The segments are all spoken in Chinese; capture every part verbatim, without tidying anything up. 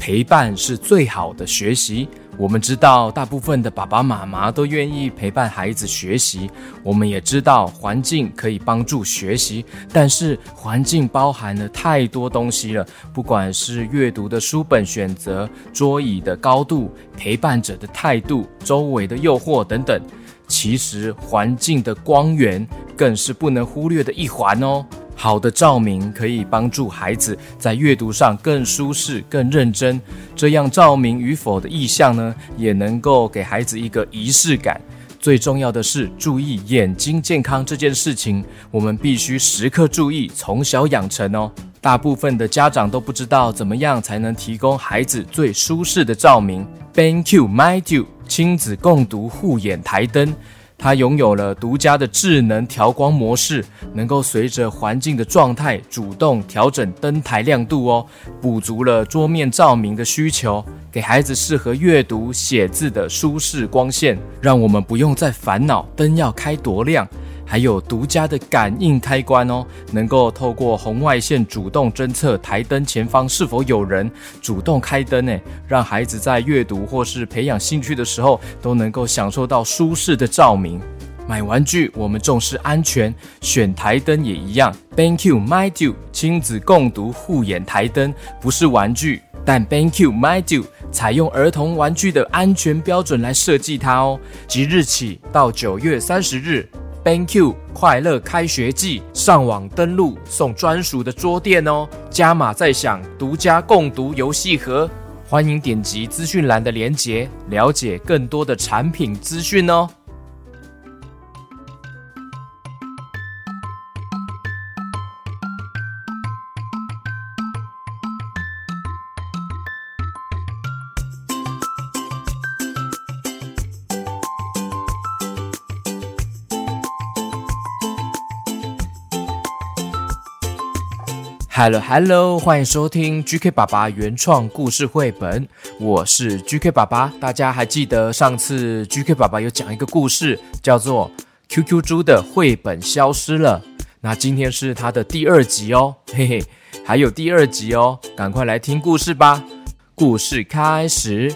陪伴是最好的学习。我们知道大部分的爸爸妈妈都愿意陪伴孩子学习，我们也知道环境可以帮助学习，但是环境包含了太多东西了，不管是阅读的书本选择、桌椅的高度、陪伴者的态度、周围的诱惑等等，其实环境的光源更是不能忽略的一环哦。好的照明可以帮助孩子在阅读上更舒适、更认真，这样照明与否的意象呢，也能够给孩子一个仪式感。最重要的是注意眼睛健康这件事情，我们必须时刻注意，从小养成哦。大部分的家长都不知道怎么样才能提供孩子最舒适的照明。BenQ MindDuo 亲子共读护眼台灯，它拥有了独家的智能调光模式，能够随着环境的状态主动调整灯台亮度哦，补足了桌面照明的需求，给孩子适合阅读写字的舒适光线，让我们不用再烦恼灯要开多亮。还有独家的感应开关哦，能够透过红外线主动侦测台灯前方是否有人，主动开灯诶，让孩子在阅读或是培养兴趣的时候都能够享受到舒适的照明。买玩具我们重视安全，选台灯也一样。BenQ MindDuo 亲子共读护眼台灯不是玩具，但 BenQ MindDuo 采用儿童玩具的安全标准来设计它哦。即日起到九月三十日，BenQ 快乐开学季，上网登录送专属的桌垫哦，加码再享独家共读游戏盒。欢迎点击资讯栏的连结，了解更多的产品资讯哦。Hello Hello， 欢迎收听 G K 爸爸原创故事绘本，我是 G K 爸爸。大家还记得上次 G K 爸爸有讲一个故事，叫做 Q Q 猪的绘本消失了。那今天是它的第二集哦，嘿嘿，还有第二集哦，赶快来听故事吧。故事开始。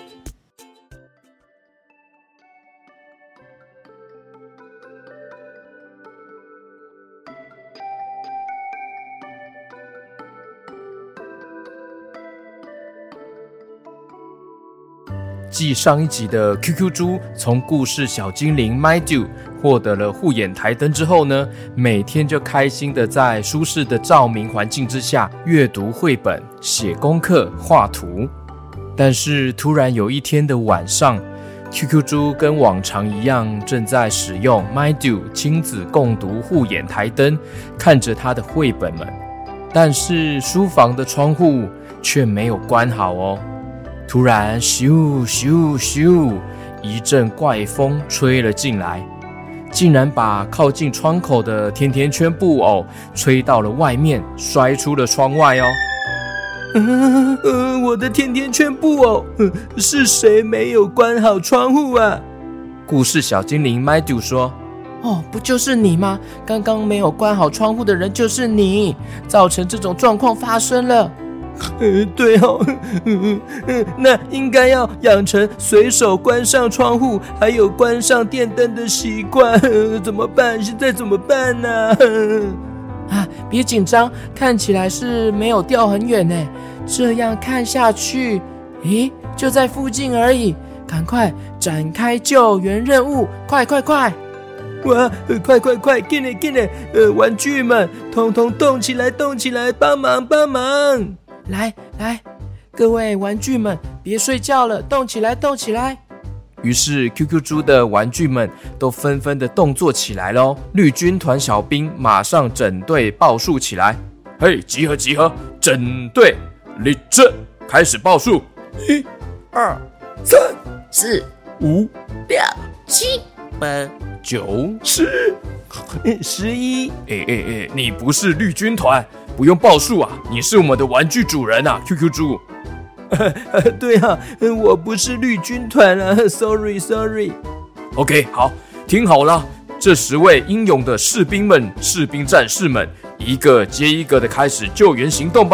继上一集的 Q Q 猪从故事小精灵 MindDuo 获得了护眼台灯之后呢，每天就开心的在舒适的照明环境之下阅读绘本、写功课、画图。但是突然有一天的晚上， Q Q 猪跟往常一样正在使用 MindDuo 亲子共读护眼台灯，看着他的绘本们，但是书房的窗户却没有关好哦。突然咻咻咻，一阵怪风吹了进来，竟然把靠近窗口的甜甜圈布偶吹到了外面，摔出了窗外哦。呃呃、我的甜甜圈布偶、呃、是谁没有关好窗户啊？故事小精灵 MindDuo 说，哦，不就是你吗？刚刚没有关好窗户的人就是你，造成这种状况发生了。呃，对哦，呃呃，那应该要养成随手关上窗户还有关上电灯的习惯，呃，怎么办？现在怎么办呢？啊，别紧张，看起来是没有掉很远呢，这样看下去，诶，就在附近而已，赶快展开救援任务，快快快！哇，呃、快快快，给你给你，呃，玩具们，统统动起来，动起来，帮忙帮忙！来来，各位玩具们，别睡觉了，动起来，动起来！于是 Q Q 猪的玩具们都纷纷的动作起来咯。绿军团小兵马上整队报数起来，嘿，集合集合，整队立正，开始报数，一、二、三、 四、 五、 六、七、八、 九、十、十一。哎哎哎，你不是绿军团，不用报数啊，你是我们的玩具主人啊 ，Q Q 猪。对啊，我不是绿军团啊 ，sorry sorry。OK， 好，听好了，这十位英勇的士兵们、士兵战士们，一个接一个的开始救援行动吧。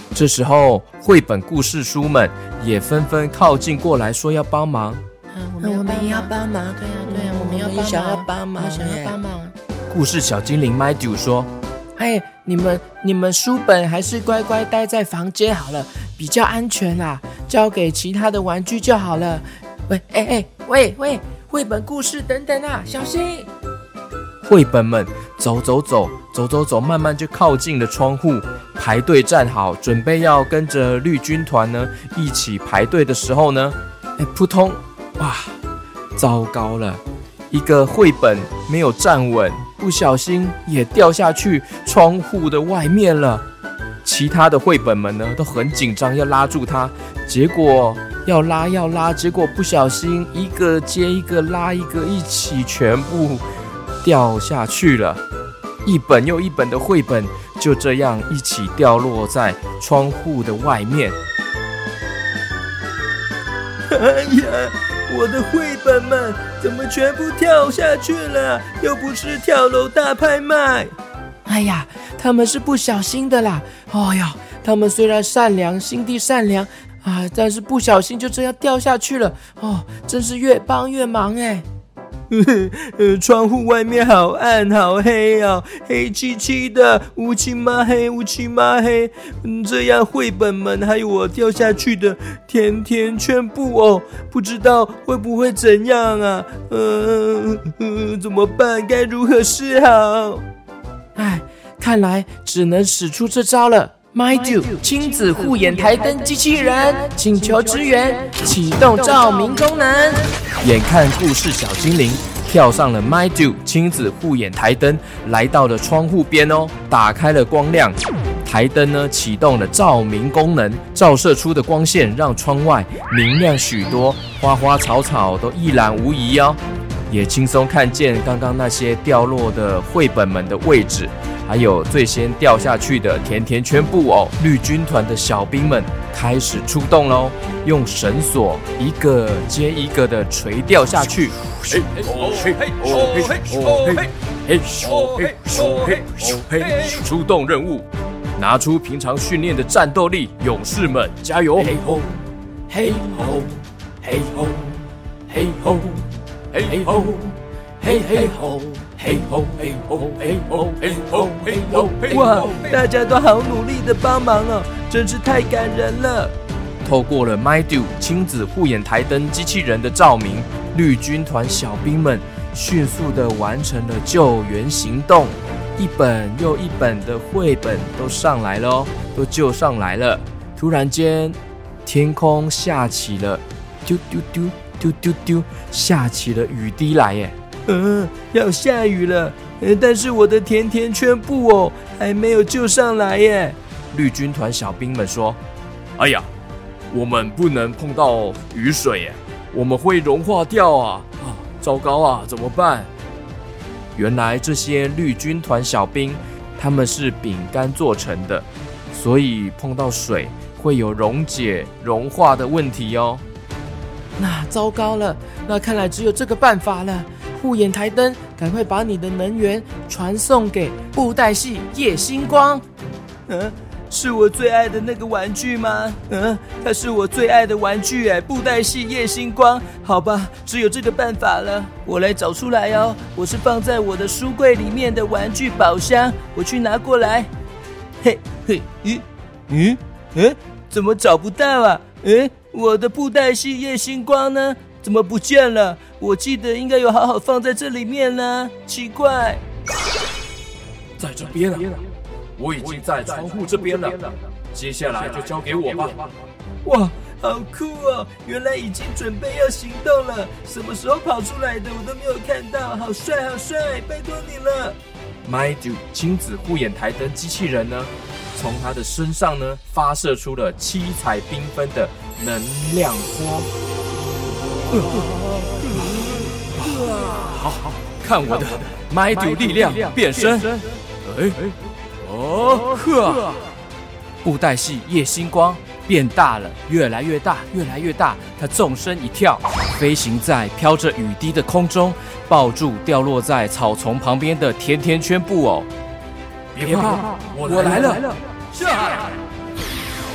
这时候，绘本故事书们也纷纷靠近过来，说要帮忙。 嗯、我们也要帮忙，对呀、啊、对呀、啊，我们要帮忙，想要帮忙，想要帮忙。 故事小精灵 Mydu 说：“ 哎，你们你们书本还是乖乖待在房间好了，比较安全啦。交给其他的玩具就好了。喂，哎哎，喂喂，绘本故事等等啊，小心！” 绘本们走走走走走走，慢慢就靠近了窗户，排队站好，准备要跟着绿军团呢一起排队的时候呢，哎，扑通！哇，糟糕了！一个绘本没有站稳，不小心也掉下去窗户的外面了。其他的绘本们呢都很紧张，要拉住它，结果要拉要拉，结果不小心一个接一个拉一个，一起全部掉下去了。一本又一本的绘本就这样一起掉落在窗户的外面。 哎呀，我的绘本们怎么全部跳下去了？又不是跳楼大拍卖。 哎呀，他们是不小心的啦。哦呀，他们虽然善良，心地善良啊，但是不小心就这样掉下去了。哦，真是越帮越忙哎。 呃，窗户外面好暗好黑哦，黑漆漆的，乌漆嘛黑，乌漆嘛黑。嗯，这样绘本们还有我掉下去的甜甜圈布哦，不知道会不会怎样啊？呃，呃怎么办？该如何是好？ 哎，看来只能使出这招了。Mydu 亲子护眼台灯机器人，请求支援，启动照明功能。 眼看故事小精灵跳上了 Mydu 亲子护眼台灯，来到了窗户边哦，打开了光亮。台灯呢启动了照明功能，照射出的光线让窗外明亮许多，花花草草都一览无遗哦。也轻松看见刚刚那些掉落的绘本们的位置，还有最先掉下去的甜甜圈布偶。绿军团的小兵们开始出动喽，用绳索一个接一个的垂掉下去。嘿哦嘿哦嘿哦嘿嘿哦嘿哦嘿哦嘿，出动任务，拿出平常训练的战斗力，勇士们加油！嘿吼嘿吼嘿吼嘿吼嘿吼嘿嘿吼嘿吼嘿吼嘿吼嘿吼嘿吼嘿吼！ 哇，大家都好努力的帮忙哦，真是太感人了。 透过了 Mydu 亲子护眼台灯机器人的照明，绿军团小兵们迅速的完成了救援行动，一本又一本的绘本都上来了哦，都救上来了。突然间，天空下起了丢丢丢丢丢丢，下起了雨滴来耶！ 嗯，要下雨了，但是我的甜甜圈布哦还没有救上来耶。 绿军团小兵们说：“哎呀，我们不能碰到雨水耶，我们会融化掉啊！啊，糟糕啊，怎么办？”原来这些绿军团小兵他们是饼干做成的，所以碰到水会有溶解、融化的问题哦。 那糟糕了，那看来只有这个办法了。护眼台灯，赶快把你的能源传送给布袋戏夜星光。 嗯，是我最爱的那个玩具吗？嗯，它是我最爱的玩具哎，布袋戏夜星光。好吧，只有这个办法了，我来找出来哦。我是放在我的书柜里面的玩具宝箱，我去拿过来。嘿嘿，咦，嗯嗯，怎么找不到啊？嗯，我的布袋戏夜星光呢？怎么不见了？我记得应该有好好放在这里面呢，奇怪。 在这边啊，我已经在窗户这边了，接下来就交给我吧。 哇，好酷哦！原来已经准备要行动了，什么时候跑出来的我都没有看到，好帅好帅，拜托你了。 Mydu 亲子护眼台灯机器人呢，从他的身上呢发射出了七彩缤纷的能量光。好好看我的 Mydu 力量变身！哎，哦呵，布袋戏夜星光变大了，越来越大，越来越大。它纵身一跳，飞行在飘着雨滴的空中，抱住掉落在草丛旁边的甜甜圈布偶。别怕，我来了！下！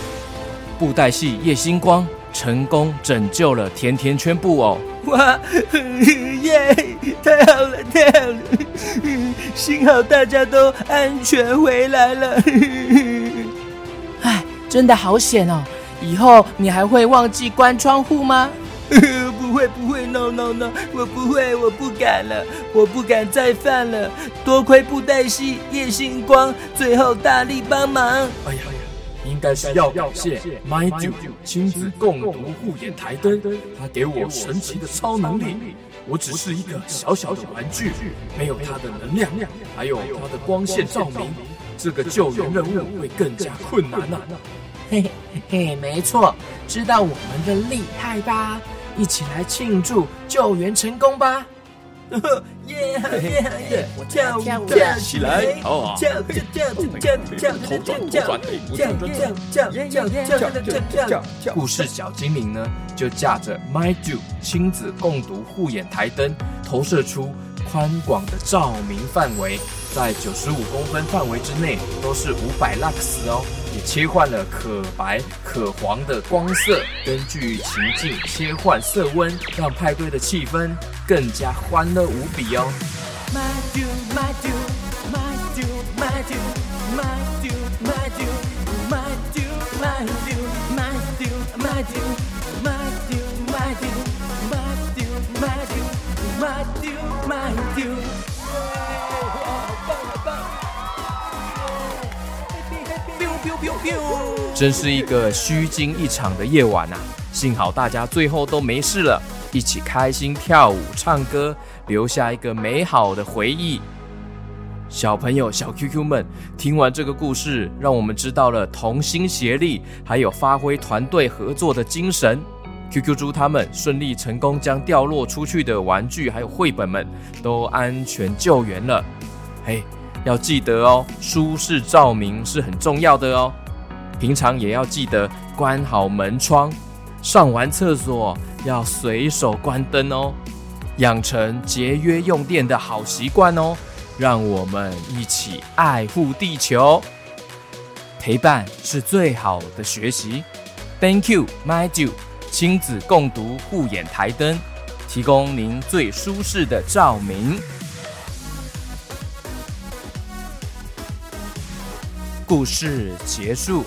布袋戏夜星光成功拯救了甜甜圈布偶。 哇，耶！太好了，太好了！幸好大家都安全回来了。 哎，真的好险哦！以后你还会忘记关窗户吗？ 不会不会 ，no no no， 我不会，我不敢了，我不敢再犯了。多亏布袋戏夜星光最后大力帮忙。 哎呀，应该是要感谢 MyDo 亲子共读护眼台灯，他给我神奇的超能力。我只是一个小小的玩具，没有它的能量，还有它的光线照明，这个救援任务会更加困难啊！ 嘿嘿嘿，没错，知道我们的厉害吧？一起来庆祝救援成功吧！ 耶耶耶！跳舞跳起来！哦，跳跳跳跳跳跳跳跳跳跳跳跳跳！ 故事小精灵呢，就驾着 MyDo 亲子共读护眼台灯，投射出宽广的照明范围，在九十五公分范围之内都是五百 lux 哦，也切换了可白、可黄的光色，根据情境切换色温，让派对的气氛更加欢乐无比哦。 MyDo MyDo MyDo MyDo MyDo MyDo MyDo MyDo MyDo MyDo MyDo MyDo MyDo MyDo MyDo， 好棒好棒！ 真是一个虚惊一场的夜晚啊！幸好大家最后都没事了，一起开心跳舞唱歌，留下一个美好的回忆。小朋友小 Q Q 们，听完这个故事，让我们知道了同心协力还有发挥团队合作的精神。Q Q 猪他们顺利成功将掉落出去的玩具还有绘本们都安全救援了。嘿，要记得哦，舒适照明是很重要的哦。平常也要记得关好门窗，上完厕所要随手关灯哦，养成节约用电的好习惯哦。让我们一起爱护地球，陪伴是最好的学习。Thank you, MyDo 亲子共读护眼台灯，提供您最舒适的照明。故事结束。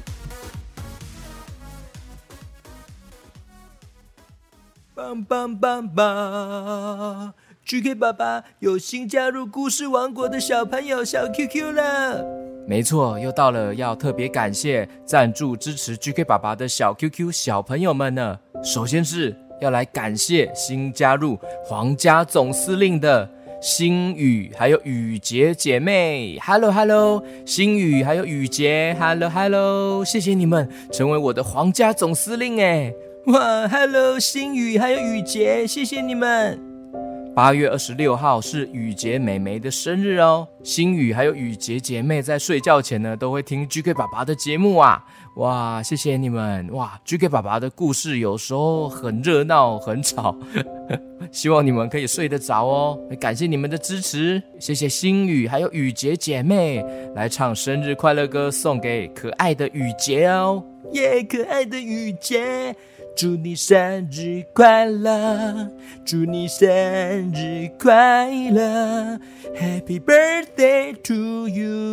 棒棒棒棒 ！G K 爸爸有新加入故事王国的小朋友小 Q Q 了。 没错，又到了要特别感谢赞助支持 G K 爸爸的小 Q Q 小朋友们呢。首先是要来感谢新加入皇家总司令的星宇还有雨洁姐妹 ，Hello Hello， 星宇还有雨洁 ，Hello Hello， 谢谢你们成为我的皇家总司令哎。 哇 ，Hello， 星宇还有雨洁，谢谢你们。 八月二十六号是雨洁妹妹的生日哦，星宇还有雨洁姐妹在睡觉前呢，都会听 G K 爸爸的节目啊。哇，谢谢你们！哇 ，G K 爸爸的故事有时候很热闹，很吵，希望你们可以睡得着哦。感谢你们的支持，谢谢星宇还有雨洁姐妹来唱生日快乐歌，送给可爱的雨洁哦。 耶，可爱的雨洁。祝你生日快乐，祝你生日快乐 ，Happy birthday to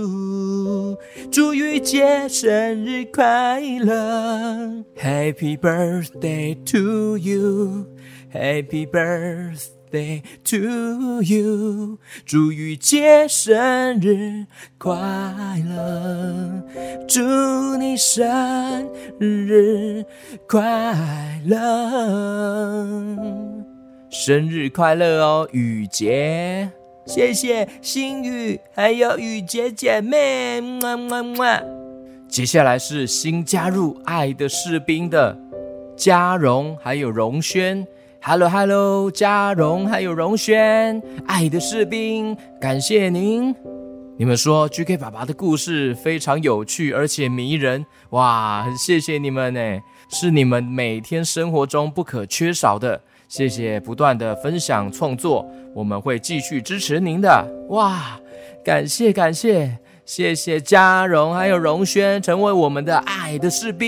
you， 祝雨洁生日快乐 ，Happy birthday to you，Happy birthday to you， 祝雨洁生日快乐，祝你生日快乐， 生日快乐哦，雨洁！ 谢谢星宇还有雨洁姐妹，么么么。 接下来是新加入爱的士兵的嘉荣还有荣轩。Hello Hello， 嘉荣还有荣轩，爱的士兵，感谢您。你们说 G K 爸爸的故事非常有趣而且迷人，哇，很谢谢你们耶，是你们每天生活中不可缺少的。谢谢不断的分享创作，我们会继续支持您的。哇，感谢感谢，谢谢嘉荣还有荣轩成为我们的爱的士兵。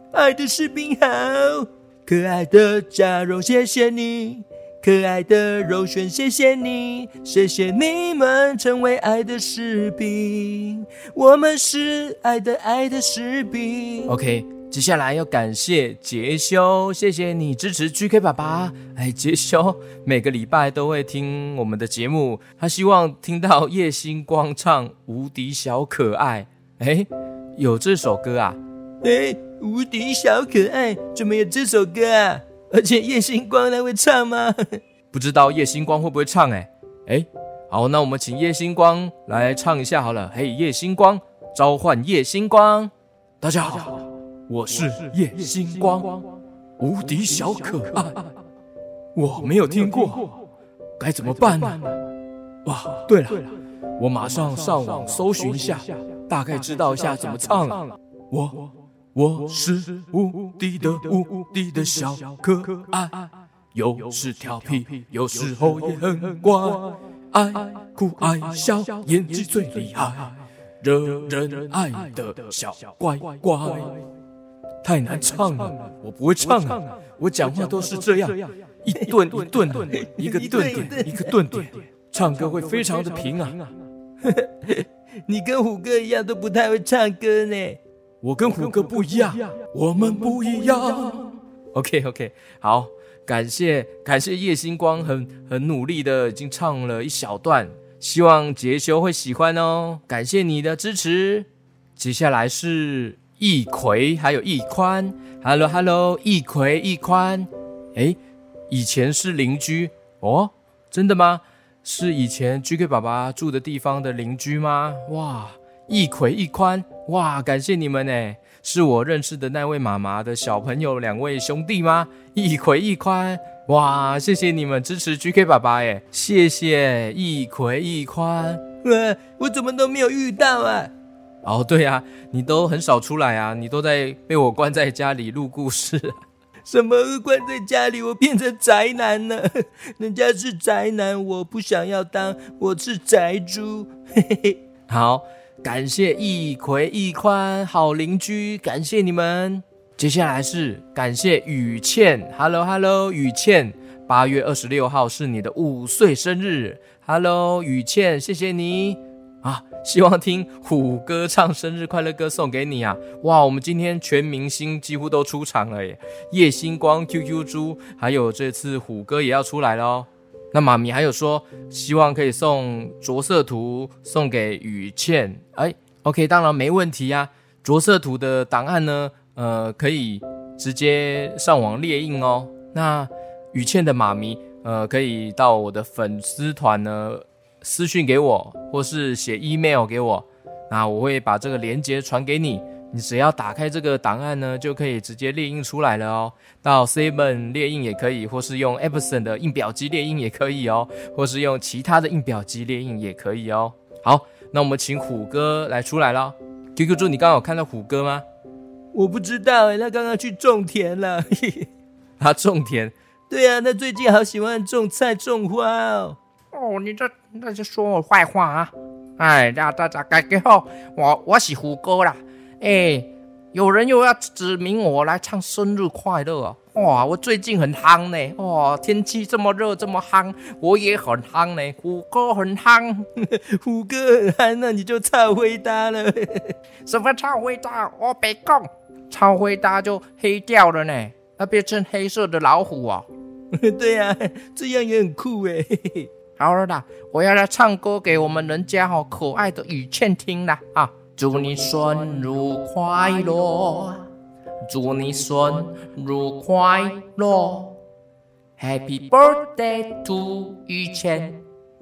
爱的士兵好，可爱的嘉荣谢谢你，可爱的柔璇谢谢你，谢谢你们成为爱的士兵，我们是爱的爱的士兵。 OK， 接下来要感谢杰修，谢谢你支持 G K 爸爸。哎，杰修每个礼拜都会听我们的节目，他希望听到叶星光唱无敌小可爱。哎，有这首歌啊？ 哎，无敌小可爱怎么有这首歌啊？而且叶星光他会唱吗？ 不知道叶星光会不会唱。哎哎，好，那我们请叶星光来唱一下好了。嘿，叶星光，召唤叶星光。大家好，我是叶星光，无敌小可爱。我没有听过，该怎么办呢？哇，对了，我马上上网搜寻一下，大概知道一下怎么唱了。我我是无敌的无敌的小可爱，有时调皮，有时候也很乖，爱哭爱笑，演技最厉害，惹人爱的小乖乖。太难唱了，我不会唱啊，我讲话都是这样，一顿一顿的，一个顿点一个顿点，唱歌会非常的平啊。 你跟虎哥一样都不太会唱歌呢。 我跟虎哥不一样，我们不一样。OK OK， 好，感谢感谢叶星光很很努力的已经唱了一小段，希望杰修会喜欢哦，感谢你的支持。接下来是易奎还有易宽 ，Hello Hello， 易奎易宽，哎，以前是邻居哦，真的吗？是以前 G K 爸爸住的地方的邻居吗？哇！易奎易宽，哇，感谢你们耶，是我认识的那位妈妈的小朋友两位兄弟吗？易奎易宽，哇，谢谢你们支持 G K 爸爸耶，谢谢易奎易宽。 哇，我怎么都没有遇到啊？ 哦，对啊，你都很少出来啊，你都在被我关在家里录故事啊。 什么关在家里，我变成宅男了？人家是宅男，我不想要当，我是宅猪。嘿嘿嘿。 好，感谢易奎易宽好邻居，感谢你们。接下来是感谢雨倩 ，Hello Hello， 雨倩，八月二十六号是你的五岁生日 ，Hello 雨倩，谢谢你啊！希望听虎哥唱生日快乐歌送给你啊！哇，我们今天全明星几乎都出场了耶，叶星光、Q Q 猪，还有这次虎哥也要出来了哦。那妈咪还有说，希望可以送着色图送给雨倩，哎 ，OK， 当然没问题啊。着色图的档案呢，呃，可以直接上网列印哦。那雨倩的妈咪，呃，可以到我的粉丝团呢私讯给我，或是写 email 给我，那我会把这个连结传给你。你只要打开这个档案呢，就可以直接列印出来了哦。到 Seven 列印也可以，或是用 Epson 的印表机列印也可以哦，或是用其他的印表机列印也可以哦。好，那我们请虎哥来出来了。Q Q 猪，你刚刚有看到虎哥吗？ 我不知道耶，他刚刚去种田了。 他种田？ 对啊，他最近好喜欢种菜种花哦。 哦，你这那就说我坏话啊！哎，大大大家好，我我是虎哥啦。哎，有人又要指明我来唱生日快乐啊！哇，我最近很夯呢。哇，天气这么热这么夯，我也很夯呢。虎哥很夯， 虎哥很夯，那你就超回答了。 什么超回答？我别讲，超回答就黑掉了呢，要变成黑色的老虎啊！ 对啊，这样也很酷哎。 好了啦，我要来唱歌给我们人家好可爱的雨倩听啦啊！祝你生日快乐，祝你生日快乐 ，Happy birthday to 雨倩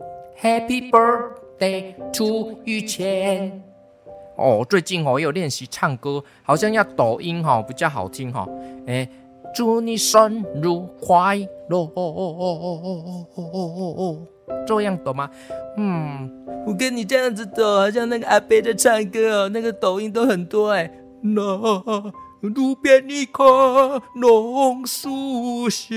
，Happy birthday to 雨倩。哦，最近我有练习唱歌，好像要抖音哈比较好听哈。哎，祝你生日快乐，哦哦哦哦哦哦哦哦。这样懂吗？嗯， 我跟你这样子抖，好像那个阿伯在唱歌哦，那个抖音都很多哎。那路边一棵榕树下，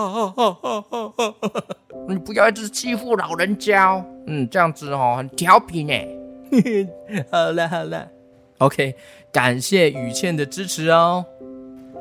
你不要一直欺负老人家哦。嗯，这样子哦，很调皮呢。 好啦好啦 ，OK， 感谢雨倩的支持哦。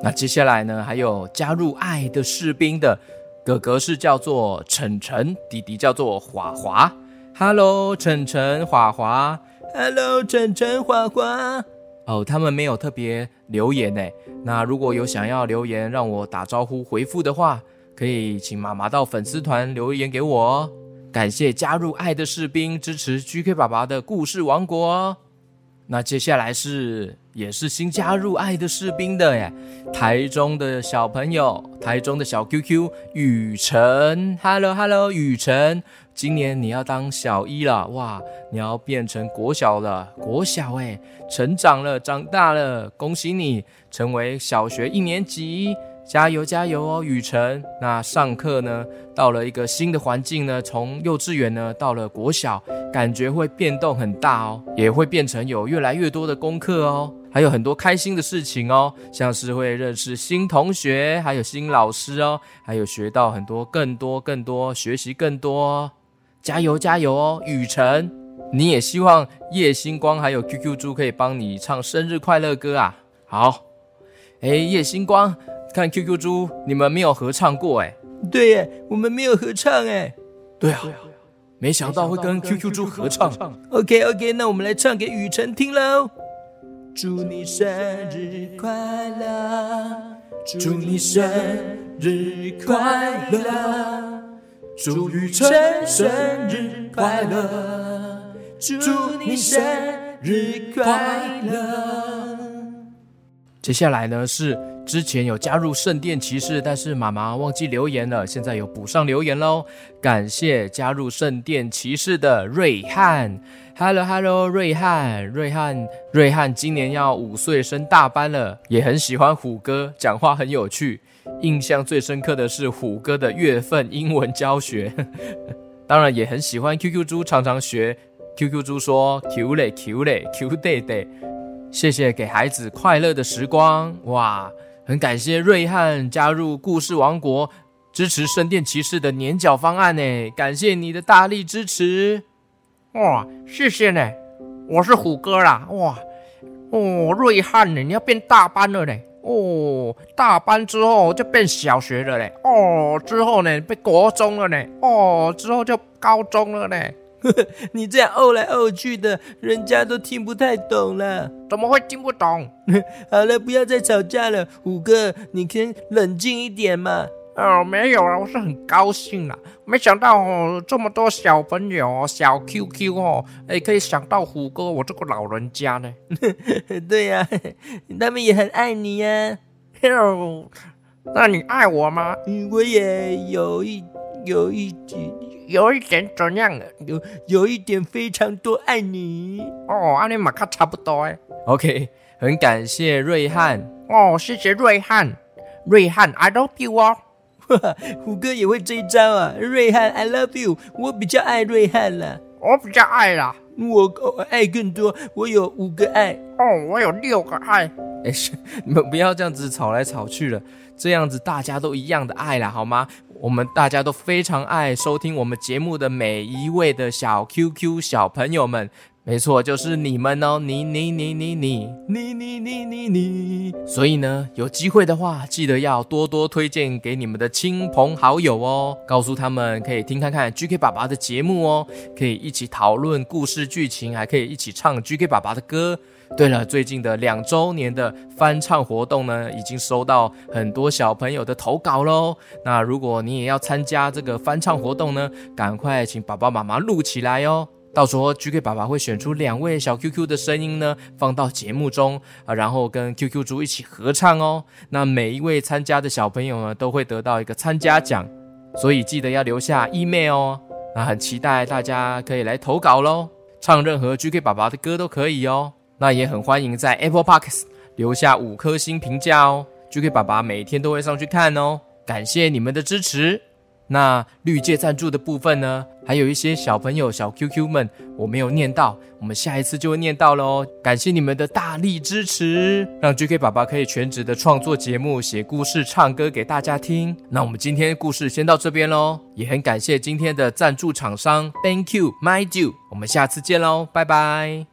那接下来呢，还有加入爱的士兵的哥哥是叫做晨晨，弟弟叫做华华。Hello， 晨晨、华华。 Hello， 晨晨、华华。 哦，他们没有特别留言诶。那如果有想要留言让我打招呼回复的话，可以请妈妈到粉丝团留言给我哦。感谢加入爱的士兵，支持 G K 爸爸的故事王国哦。那接下来是也是新加入爱的士兵的耶，台中的小朋友，台中的小 Q Q 雨晨。 Hello Hello 雨晨，今年你要当小一了，哇，你要变成国小了，国小耶，成长了，长大了，恭喜你成为小学一年级，加油加油哦雨晨。那上课呢，到了一个新的环境呢，从幼稚园呢到了国小，感觉会变动很大哦，也会变成有越来越多的功课哦，还有很多开心的事情哦，像是会认识新同学，还有新老师哦，还有学到很多更多更多，学习更多哦，加油加油哦雨晨。你也希望叶星光还有 Q Q 猪可以帮你唱生日快乐歌啊？好，诶，叶星光看 Q Q 猪你们没有合唱过诶。 对耶，我们没有合唱耶。 对啊，没想到会跟 Q Q 猪合唱。 OK OK， 那我们来唱给雨晨听咯。祝你生日快乐，祝你生日快乐，祝雨晨生日快乐，祝你生日快乐。 接下来呢是之前有加入圣殿骑士，但是妈妈忘记留言了，现在有补上留言咯。感谢加入圣殿骑士的瑞汉。 Hello Hello 瑞汉，瑞汉瑞汉今年要五岁升大班了，也很喜欢虎哥，讲话很有趣，印象最深刻的是虎哥的月份英文教学当然也很喜欢 Q Q 猪，常常学 Q Q 猪说 Q 嘞 Q 嘞 Q 弟弟。谢谢给孩子快乐的时光。哇，很感谢瑞汉加入故事王国，支持圣殿骑士的年缴方案呢，感谢你的大力支持。 哇，谢谢呢，我是虎哥啦。哇，哦，瑞汉呢，你要变大班了呢。哦，大班之后就变小学了嘞。哦，之后呢变国中了呢。哦，之后就高中了呢。 你这样怄来怄去的，人家都听不太懂了。 怎么会听不懂？ 好了，不要再吵架了，虎哥，你先冷静一点嘛。 哦，没有啦，我是很高兴啦，没想到哦，这么多小朋友小 Q Q 哦，哎，可以想到虎哥我这个老人家呢。 对呀、啊，他们也很爱你呀、 啊。那你爱我吗？ 嗯，我也有一有一点。 有一点怎样的？ 有有一点非常多爱你哦，按你马卡差不多哎。 OK， 很感谢瑞汉哦，谢谢瑞汉，瑞汉 I love you 哦。 虎哥也会这一招啊，瑞汉 I love you， 我比较爱瑞汉啦。 我比较爱啦， 我、哦、爱更多，我有五个爱。 哦，我有六个爱。 哎，你们不要这样子吵来吵去了，这样子大家都一样的爱啦，好吗？我们大家都非常爱收听我们节目的每一位的小 Q Q 小朋友们，没错，就是你们哦，你你你你你你你你你你。 所以呢，有机会的话，记得要多多推荐给你们的亲朋好友哦，告诉他们可以听看看 G K 爸爸的节目哦，可以一起讨论故事剧情，还可以一起唱 G K 爸爸的歌。对了，最近的两周年的翻唱活动呢，已经收到很多小朋友的投稿咯。那如果你也要参加这个翻唱活动呢，赶快请爸爸妈妈录起来哦。到时候 G K 爸爸会选出两位小 Q Q 的声音呢，放到节目中啊，然后跟 Q Q 猪一起合唱哦。那每一位参加的小朋友呢，都会得到一个参加奖，所以记得要留下 email 哦。那很期待大家可以来投稿咯，唱任何 G K 爸爸的歌都可以哦。那也很欢迎在 Apple Podcast 留下五颗星评价哦 ，G K 爸爸每天都会上去看哦。感谢你们的支持。那绿界赞助的部分呢，还有一些小朋友小 Q Q 们我没有念到，我们下一次就会念到了哦。感谢你们的大力支持，让 G K 爸爸可以全职的创作节目、写故事、唱歌给大家听。那我们今天故事先到这边咯，也很感谢今天的赞助厂商 Thank you My Dew， 我们下次见咯，拜拜。